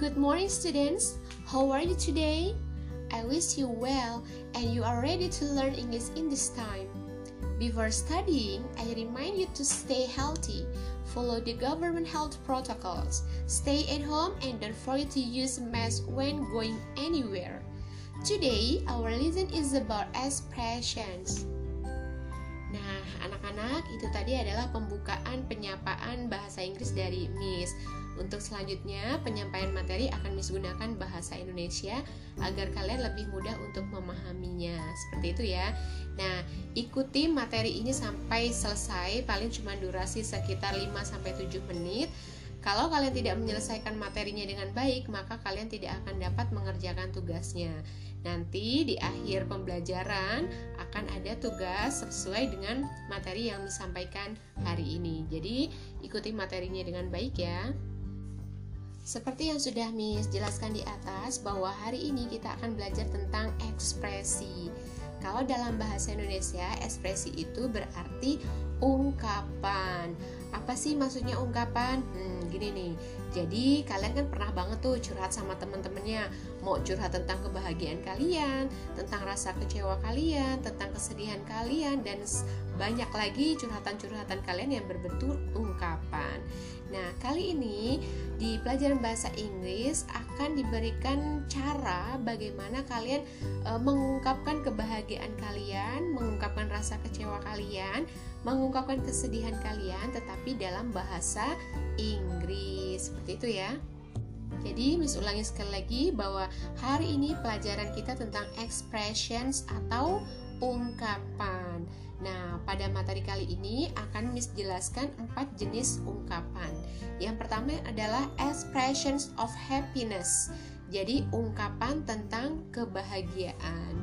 Good morning, students. How are you today? I wish you well and you are ready to learn English in this time. Before studying, I remind you to stay healthy, follow the government health protocols, stay at home, and don't forget to use mask when going anywhere. Today, our lesson is about expressions. Nah, anak-anak, itu tadi adalah pembukaan penyapaan bahasa Inggris dari Miss. Untuk selanjutnya, penyampaian materi akan Miss gunakan bahasa Indonesia agar kalian lebih mudah untuk memahaminya. Seperti itu ya. Nah, ikuti materi ini sampai selesai, paling cuma durasi sekitar 5-7 menit. Kalau kalian tidak menyelesaikan materinya dengan baik, maka kalian tidak akan dapat mengerjakan tugasnya. Nanti di akhir pembelajaran akan ada tugas sesuai dengan materi yang disampaikan hari ini. Jadi ikuti materinya dengan baik ya. Seperti yang sudah Miss jelaskan di atas, bahwa hari ini kita akan belajar tentang ekspresi. Kalau dalam bahasa Indonesia, ekspresi itu berarti ungkapan. Apa sih maksudnya ungkapan? Gini nih. Jadi kalian kan pernah banget tuh curhat sama teman-temannya, mau curhat tentang kebahagiaan kalian, tentang rasa kecewa kalian, tentang kesedihan kalian, dan banyak lagi curhatan-curhatan kalian yang berbentuk ungkapan. Nah, kali ini di pelajaran bahasa Inggris akan diberikan cara bagaimana kalian mengungkapkan kebahagiaan kalian, mengungkapkan rasa kecewa kalian, mengungkapkan kesedihan kalian, tetapi dalam bahasa Inggris. Seperti itu ya. Jadi, Miss ulangi sekali lagi bahwa hari ini pelajaran kita tentang expressions atau ungkapan. Nah, pada materi kali ini akan Miss jelaskan 4 jenis ungkapan. Yang pertama adalah expressions of happiness. Jadi, ungkapan tentang kebahagiaan.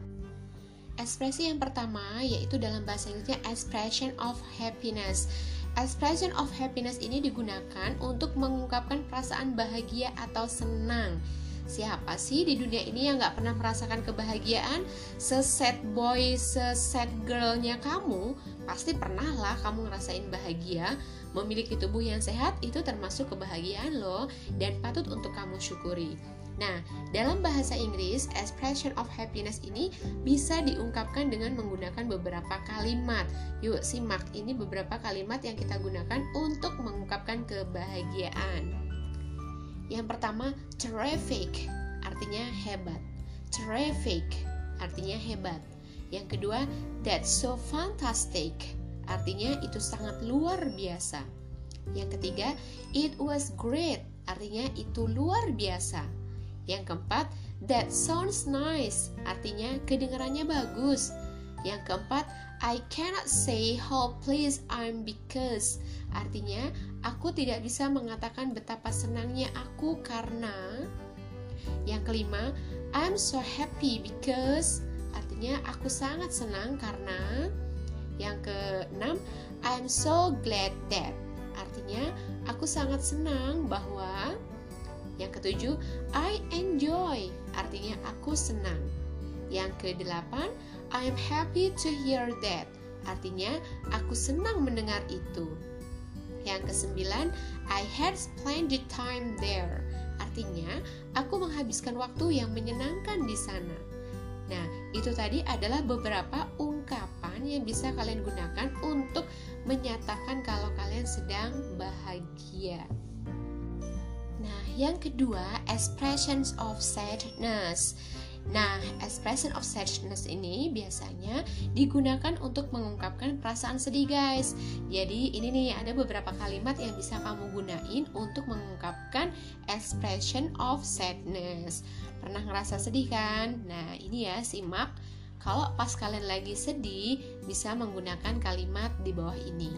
Ekspresi yang pertama yaitu dalam bahasa Inggrisnya expression of happiness. Expression of happiness ini digunakan untuk mengungkapkan perasaan bahagia atau senang. Siapa sih di dunia ini yang gak pernah merasakan kebahagiaan? Se-sad boy, se-sad girlnya kamu, pasti pernah lah kamu ngerasain bahagia. Memiliki tubuh yang sehat itu termasuk kebahagiaan loh, dan patut untuk kamu syukuri. Nah, dalam bahasa Inggris, expression of happiness ini bisa diungkapkan dengan menggunakan beberapa kalimat. Yuk simak, ini beberapa kalimat yang kita gunakan untuk mengungkapkan kebahagiaan. Yang pertama, terrific, artinya hebat. Terrific, artinya hebat. Yang kedua, that's so fantastic, artinya itu sangat luar biasa. Yang ketiga, it was great, artinya itu luar biasa. Yang keempat, that sounds nice, artinya kedengarannya bagus. Yang keempat, I cannot say how pleased I'm because, artinya aku tidak bisa mengatakan betapa senangnya aku karena. Yang kelima, I'm so happy because, artinya aku sangat senang karena. Yang keenam, I'm so glad that, artinya aku sangat senang bahwa. Yang ketujuh, I enjoy, artinya aku senang. Yang kedelapan, I'm happy to hear that, artinya aku senang mendengar itu. Yang kesembilan, I had splendid time there, artinya aku menghabiskan waktu yang menyenangkan di sana. Nah, itu tadi adalah beberapa ungkapan yang bisa kalian gunakan untuk menyatakan kalau kalian sedang bahagia. Nah, yang kedua, expressions of sadness. Nah, expression of sadness ini biasanya digunakan untuk mengungkapkan perasaan sedih, guys. Jadi, ini nih ada beberapa kalimat yang bisa kamu gunain untuk mengungkapkan expression of sadness. Pernah ngerasa sedih kan? Nah, ini ya, simak. Kalau pas kalian lagi sedih, bisa menggunakan kalimat di bawah ini.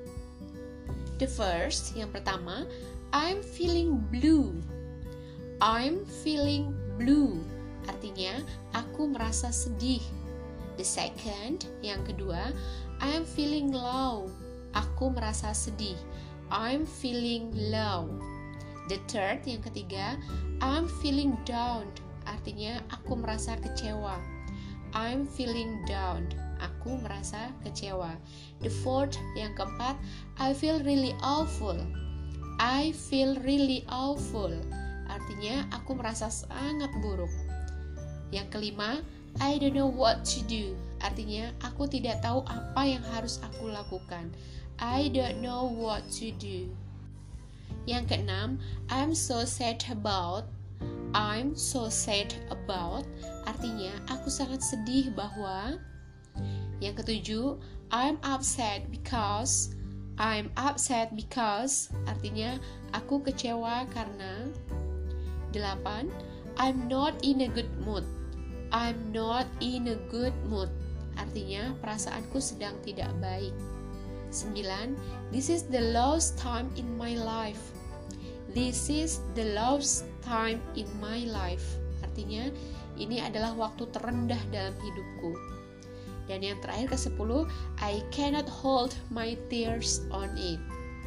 The first, yang pertama, I'm feeling blue. I'm feeling blue, artinya aku merasa sedih. The second, yang kedua, I'm feeling low. Aku merasa sedih. I'm feeling low. The third, yang ketiga, I'm feeling down, artinya aku merasa kecewa. I'm feeling down, aku merasa kecewa. The fourth, yang keempat, I feel really awful. I feel really awful, artinya aku merasa sangat buruk. Yang kelima, I don't know what to do, artinya aku tidak tahu apa yang harus aku lakukan. I don't know what to do. Yang keenam, I'm so sad about, artinya aku sangat sedih bahwa. Yang ketujuh, I'm upset because, artinya aku kecewa karena. 8. I'm not in a good mood, artinya perasaanku sedang tidak baik. 9. This is the lowest time in my life, artinya ini adalah waktu terendah dalam hidupku. Dan yang terakhir ke-10, I cannot hold my tears on it,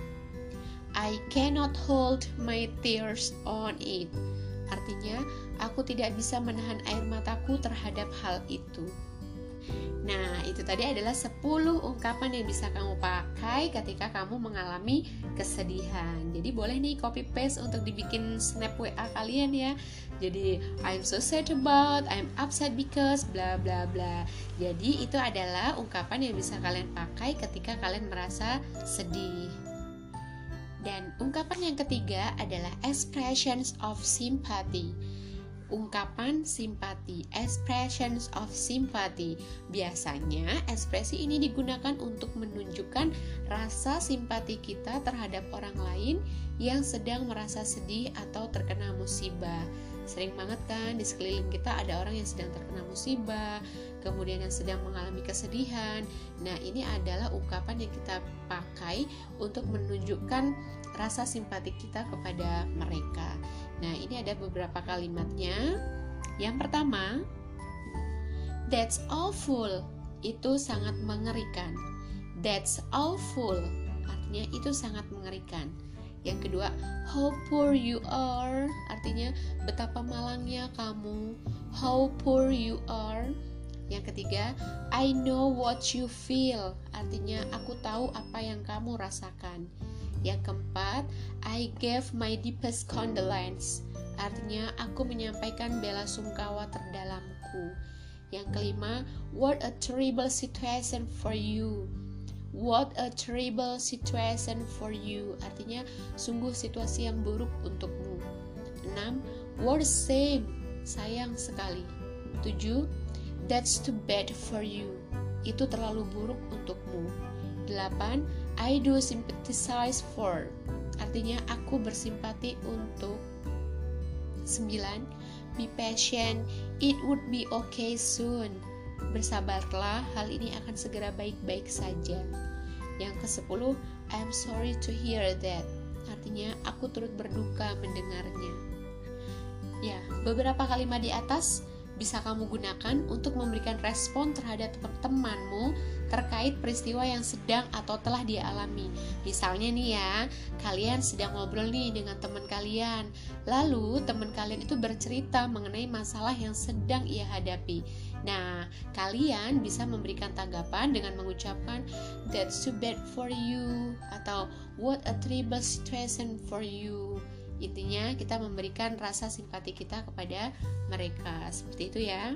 artinya aku tidak bisa menahan air mataku terhadap hal itu. Nah, itu tadi adalah 10 ungkapan yang bisa kamu pakai ketika kamu mengalami kesedihan. Jadi boleh nih copy paste untuk dibikin snap WA kalian ya. Jadi I'm so sad about, I'm upset because bla bla bla. Jadi itu adalah ungkapan yang bisa kalian pakai ketika kalian merasa sedih. Dan ungkapan yang ketiga adalah expressions of sympathy. Ungkapan simpati, expressions of sympathy. Biasanya ekspresi ini digunakan untuk menunjukkan rasa simpati kita terhadap orang lain yang sedang merasa sedih atau terkena musibah. Sering banget kan di sekeliling kita ada orang yang sedang terkena musibah, kemudian yang sedang mengalami kesedihan. Nah, ini adalah ungkapan yang kita pakai untuk menunjukkan rasa simpati kita kepada mereka. Nah, ini ada beberapa kalimatnya. Yang pertama, that's awful, itu sangat mengerikan. That's awful, artinya itu sangat mengerikan. Yang kedua, how poor you are, artinya betapa malangnya kamu. How poor you are. Yang ketiga, I know what you feel, artinya aku tahu apa yang kamu rasakan. Yang keempat, I gave my deepest condolence, artinya aku menyampaikan bela sungkawa terdalamku. Yang kelima, what a terrible situation for you. What a terrible situation for you, artinya sungguh situasi yang buruk untukmu. 6. What a shame, sayang sekali. 7. That's too bad for you, itu terlalu buruk untukmu. 8. I do sympathize for, artinya aku bersimpati untuk. 9. Be patient, it would be okay soon, bersabarlah, hal ini akan segera baik-baik saja. Yang ke-10, I'm sorry to hear that, artinya aku turut berduka mendengarnya. Ya, beberapa kalimat di atas bisa kamu gunakan untuk memberikan respon terhadap temanmu terkait peristiwa yang sedang atau telah dia alami. Misalnya nih ya, kalian sedang ngobrol nih dengan teman kalian, lalu teman kalian itu bercerita mengenai masalah yang sedang ia hadapi. Nah, kalian bisa memberikan tanggapan dengan mengucapkan that's too bad for you atau what a terrible situation for you. Intinya kita memberikan rasa simpati kita kepada mereka. Seperti itu ya.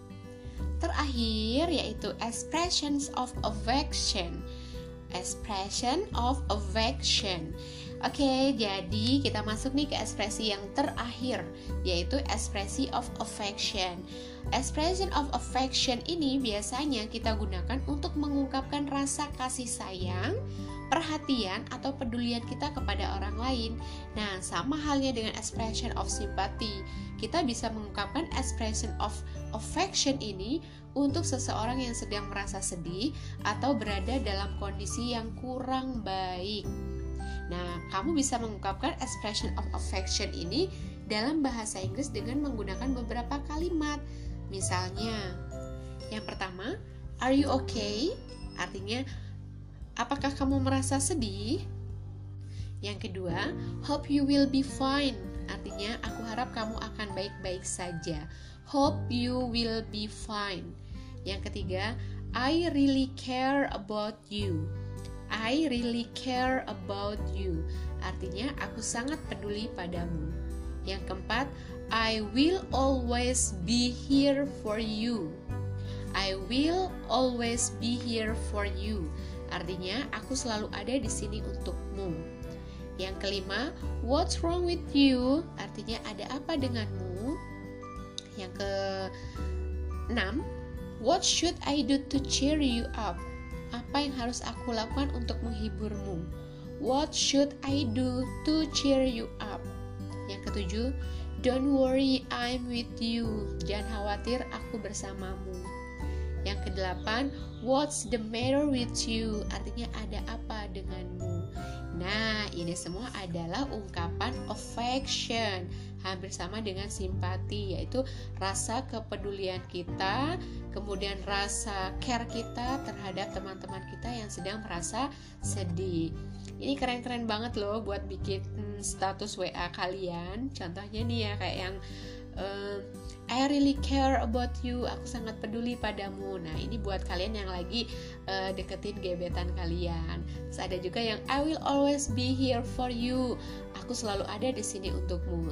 Terakhir yaitu expressions of affection. Expression of affection. Oke, jadi kita masuk nih ke ekspresi yang terakhir, yaitu ekspresi of affection. Expression of affection ini biasanya kita gunakan untuk mengungkapkan rasa kasih sayang, perhatian atau pedulian kita kepada orang lain. Nah, sama halnya dengan expression of sympathy. Kita bisa mengungkapkan expression of affection ini untuk seseorang yang sedang merasa sedih atau berada dalam kondisi yang kurang baik. Nah, kamu bisa mengungkapkan expression of affection ini dalam bahasa Inggris dengan menggunakan beberapa kalimat. Misalnya, yang pertama, are you okay? Artinya, apakah kamu merasa sedih? Yang kedua, hope you will be fine. Artinya, aku harap kamu akan baik-baik saja. Hope you will be fine. Yang ketiga, I really care about you. I really care about you. Artinya, aku sangat peduli padamu. Yang keempat, I will always be here for you. I will always be here for you. Artinya, aku selalu ada di sini untukmu. Yang kelima, what's wrong with you? Artinya, ada apa denganmu? Yang keenam, what should I do to cheer you up? Apa yang harus aku lakukan untuk menghiburmu? What should I do to cheer you up? Yang ketujuh, don't worry, I'm with you. Jangan khawatir, aku bersamamu. Yang kedelapan, what's the matter with you? Artinya ada apa denganmu? Nah, ini semua adalah ungkapan affection, hampir sama dengan simpati, yaitu rasa kepedulian kita, kemudian rasa care kita terhadap teman-teman kita yang sedang merasa sedih. Ini keren-keren banget loh buat bikin status WA kalian. Contohnya nih ya, kayak yang I really care about you, aku sangat peduli padamu. Nah, ini buat kalian yang lagi deketin gebetan kalian. Terus ada juga yang I will always be here for you, aku selalu ada di sini untukmu.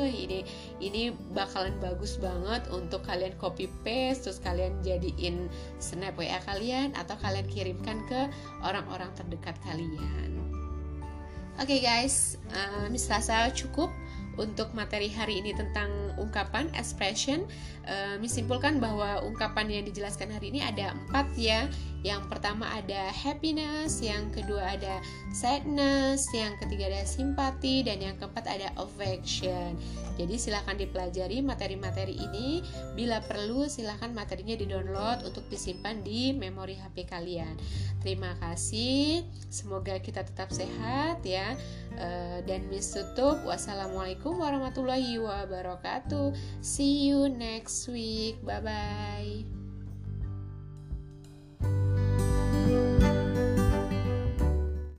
Ini bakalan bagus banget untuk kalian copy paste, terus kalian jadiin snap WA kalian, atau kalian kirimkan ke orang-orang terdekat kalian. Oke guys, Miss rasa cukup untuk materi hari ini tentang ungkapan expression. Miss simpulkan bahwa ungkapan yang dijelaskan hari ini ada 4 ya. Yang pertama ada happiness, yang kedua ada sadness, yang ketiga ada simpati, dan yang keempat ada affection. Jadi silahkan dipelajari materi-materi ini. Bila perlu silahkan materinya di-download untuk disimpan di memori HP kalian. Terima kasih. Semoga kita tetap sehat ya. Dan Miss tutup. Wassalamualaikum warahmatullahi wabarakatuh. See you next week. Bye-bye.